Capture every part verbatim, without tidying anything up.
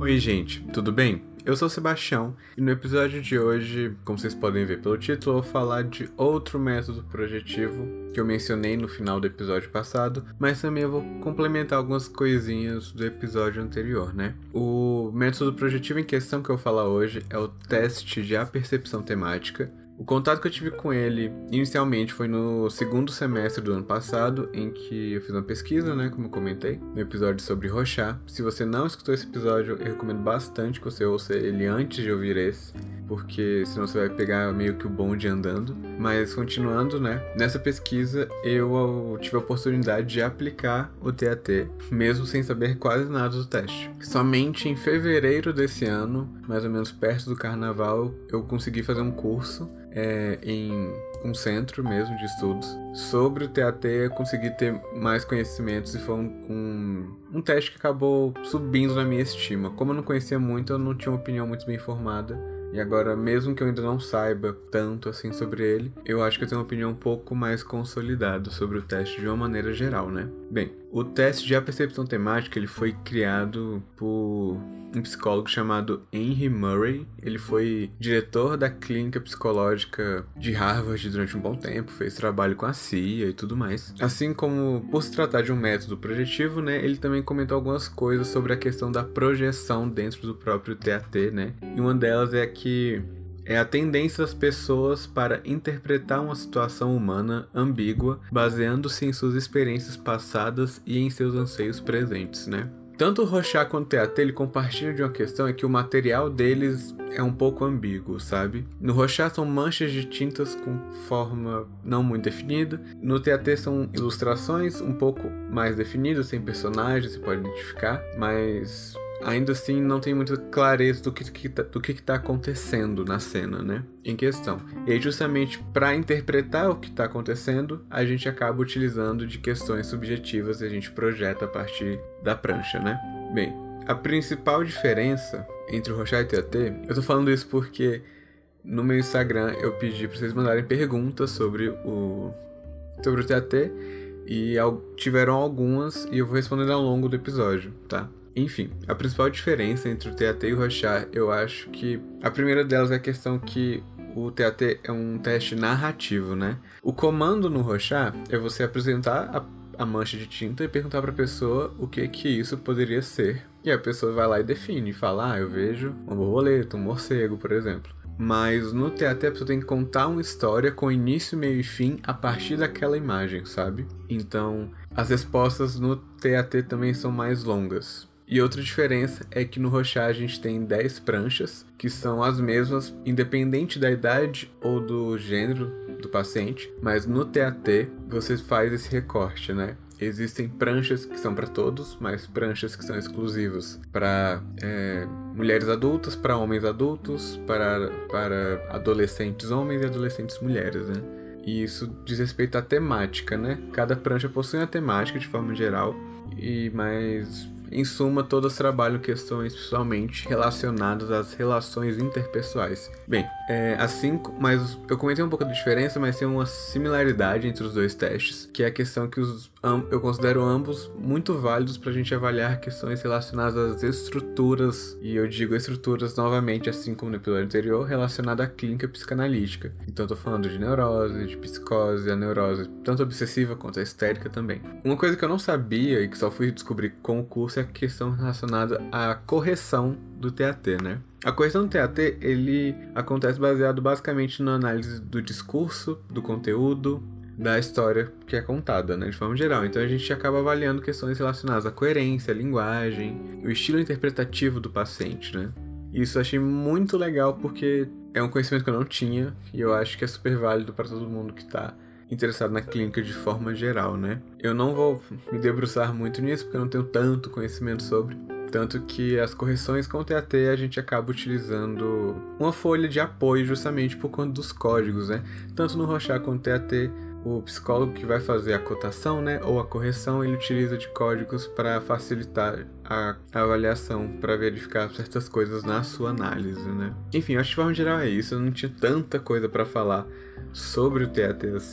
Oi gente, tudo bem? Eu sou o Sebastião e no episódio de hoje, como vocês podem ver pelo título, eu vou falar de outro método projetivo que eu mencionei no final do episódio passado, mas também eu vou complementar algumas coisinhas do episódio anterior, né? O método projetivo em questão que eu vou falar hoje é o teste de apercepção temática. O contato que eu tive com ele inicialmente foi no segundo semestre do ano passado, em que eu fiz uma pesquisa, né, como eu comentei, no episódio sobre Rorschach. Se você não escutou esse episódio, eu recomendo bastante que você ouça ele antes de ouvir esse, porque senão você vai pegar meio que o bonde andando. Mas continuando, né, nessa pesquisa eu tive a oportunidade de aplicar o T A T, mesmo sem saber quase nada do teste. Somente em fevereiro desse ano, mais ou menos perto do carnaval, eu consegui fazer um curso É, em um centro mesmo de estudos sobre o T A T. Eu consegui ter mais conhecimentos e foi um, um, um teste que acabou subindo na minha estima. Como eu não conhecia muito, eu não tinha uma opinião muito bem formada. E agora, mesmo que eu ainda não saiba tanto assim sobre ele, eu acho que eu tenho uma opinião um pouco mais consolidada sobre o teste de uma maneira geral, né? Bem, o teste de apercepção temática ele foi criado por um psicólogo chamado Henry Murray. Ele foi diretor da clínica psicológica de Harvard durante um bom tempo, fez trabalho com a C I A e tudo mais. Assim como, por se tratar de um método projetivo, né, ele também comentou algumas coisas sobre a questão da projeção dentro do próprio T A T, né? E uma delas é que é a tendência das pessoas para interpretar uma situação humana ambígua, baseando-se em suas experiências passadas e em seus anseios presentes, né? Tanto o Rorschach quanto o T A T, ele compartilham de uma questão, é que o material deles é um pouco ambíguo, sabe? No Rorschach são manchas de tintas com forma não muito definida. No T A T são ilustrações um pouco mais definidas, sem personagens, você pode identificar, mas ainda assim não tem muita clareza do que, que, tá, do que está acontecendo na cena, né? Em questão. E aí, justamente para interpretar o que está acontecendo, a gente acaba utilizando de questões subjetivas e a gente projeta a partir da prancha, né? Bem, a principal diferença entre o Rorschach e o T A T, eu tô falando isso porque no meu Instagram eu pedi para vocês mandarem perguntas sobre o, sobre o T A T e tiveram algumas e eu vou respondendo ao longo do episódio, tá? Enfim, a principal diferença entre o T A T e o Rorschach, eu acho que a primeira delas é a questão que o T A T é um teste narrativo, né? O comando no Rorschach é você apresentar a, a mancha de tinta e perguntar para a pessoa o que que isso poderia ser. E a pessoa vai lá e define, fala, ah, eu vejo uma borboleta, um morcego, por exemplo. Mas no T A T a pessoa tem que contar uma história com início, meio e fim a partir daquela imagem, sabe? Então, as respostas no T A T também são mais longas. E outra diferença é que no Rorschach a gente tem dez pranchas, que são as mesmas, independente da idade ou do gênero do paciente, mas no T A T você faz esse recorte, né? Existem pranchas que são para todos, mas pranchas que são exclusivas para é, mulheres adultas, para homens adultos, para, para adolescentes homens e adolescentes mulheres, né? E isso diz respeito à temática, né? Cada prancha possui uma temática de forma geral, e mas em suma, todas trabalham questões principalmente relacionadas às relações interpessoais. Bem, é, assim, mas eu comentei um pouco da diferença, mas tem uma similaridade entre os dois testes, que é a questão que os, eu considero ambos muito válidos para a gente avaliar questões relacionadas às estruturas, e eu digo estruturas novamente, assim como no episódio anterior, relacionada à clínica psicanalítica. Então eu tô falando de neurose, de psicose, a neurose tanto obsessiva quanto a histérica também. Uma coisa que eu não sabia e que só fui descobrir com o curso é a questão relacionada à correção do T A T, né? A correção do T A T, ele acontece baseado basicamente na análise do discurso, do conteúdo, da história que é contada, né, de forma geral. Então a gente acaba avaliando questões relacionadas à coerência, à linguagem, o estilo interpretativo do paciente, né? E isso eu achei muito legal porque é um conhecimento que eu não tinha e eu acho que é super válido para todo mundo que está interessado na clínica de forma geral, né? Eu não vou me debruçar muito nisso porque eu não tenho tanto conhecimento sobre. Tanto que as correções com o T A T a gente acaba utilizando uma folha de apoio justamente por conta dos códigos, né? Tanto no Rorschach quanto no T A T, o psicólogo que vai fazer a cotação, né, ou a correção, ele utiliza de códigos para facilitar a avaliação, para verificar certas coisas na sua análise, né? Enfim, acho que de forma geral é isso. Eu não tinha tanta coisa para falar sobre o T A T assim.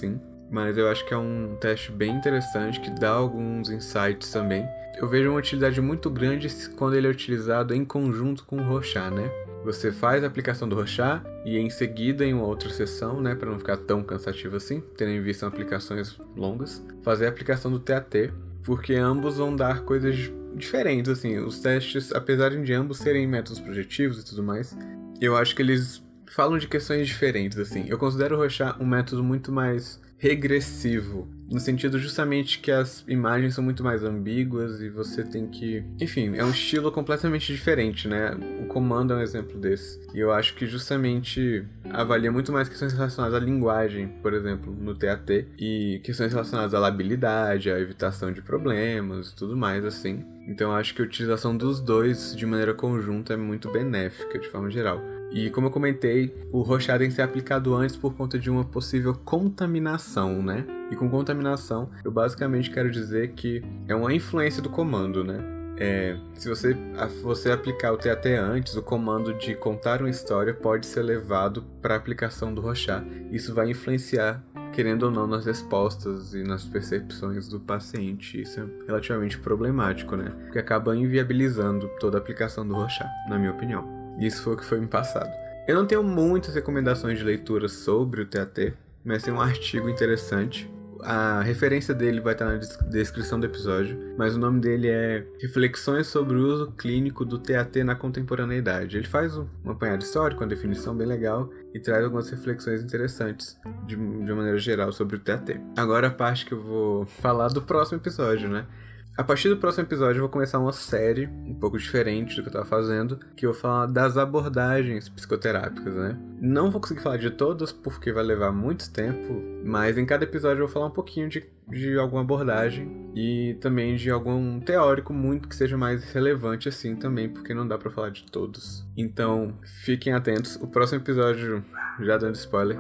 mas eu acho que é um teste bem interessante, que dá alguns insights também. Eu vejo uma utilidade muito grande quando ele é utilizado em conjunto com o Rorschach, né? Você faz a aplicação do Rorschach e em seguida, em uma outra sessão, né, para não ficar tão cansativo assim, tendo em vista aplicações longas, fazer a aplicação do T A T, porque ambos vão dar coisas diferentes, assim. Os testes, apesar de ambos serem métodos projetivos e tudo mais, eu acho que eles falam de questões diferentes, assim. Eu considero o Rorschach um método muito mais regressivo, no sentido justamente que as imagens são muito mais ambíguas e você tem que... Enfim, é um estilo completamente diferente, né? O comando é um exemplo desse. E eu acho que justamente avalia muito mais questões relacionadas à linguagem, por exemplo, no T A T, e questões relacionadas à labilidade, à evitação de problemas e tudo mais, assim. Então eu acho que a utilização dos dois de maneira conjunta é muito benéfica, de forma geral. E como eu comentei, o Rorschach tem que ser aplicado antes por conta de uma possível contaminação, né? E com contaminação, eu basicamente quero dizer que é uma influência do comando, né? É, se você, você aplicar o T A T antes, o comando de contar uma história pode ser levado para a aplicação do Rorschach. Isso vai influenciar, querendo ou não, nas respostas e nas percepções do paciente. Isso é relativamente problemático, né? Porque acaba inviabilizando toda a aplicação do Rorschach, na minha opinião. Isso foi o que foi me passado. Eu não tenho muitas recomendações de leitura sobre o T A T, mas tem um artigo interessante. A referência dele vai estar na descrição do episódio, mas o nome dele é Reflexões sobre o uso clínico do T A T na contemporaneidade. Ele faz um apanhado histórico, uma definição bem legal e traz algumas reflexões interessantes de, de uma maneira geral sobre o T A T. Agora a parte que eu vou falar do próximo episódio, né? A partir do próximo episódio eu vou começar uma série um pouco diferente do que eu tava fazendo, que eu vou falar das abordagens psicoterápicas, né? Não vou conseguir falar de todas porque vai levar muito tempo, mas em cada episódio eu vou falar um pouquinho de, de alguma abordagem e também de algum teórico muito que seja mais relevante assim também, porque não dá pra falar de todos. Então, fiquem atentos. O próximo episódio, já dando spoiler,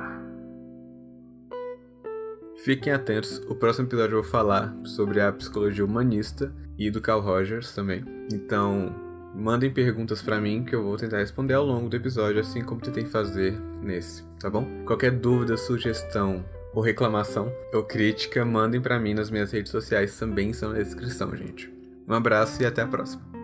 fiquem atentos, o próximo episódio eu vou falar sobre a psicologia humanista e do Carl Rogers também. Então, mandem perguntas pra mim que eu vou tentar responder ao longo do episódio, assim como tentei fazer nesse, tá bom? Qualquer dúvida, sugestão ou reclamação ou crítica, mandem pra mim nas minhas redes sociais, também estão na descrição, gente. Um abraço e até a próxima.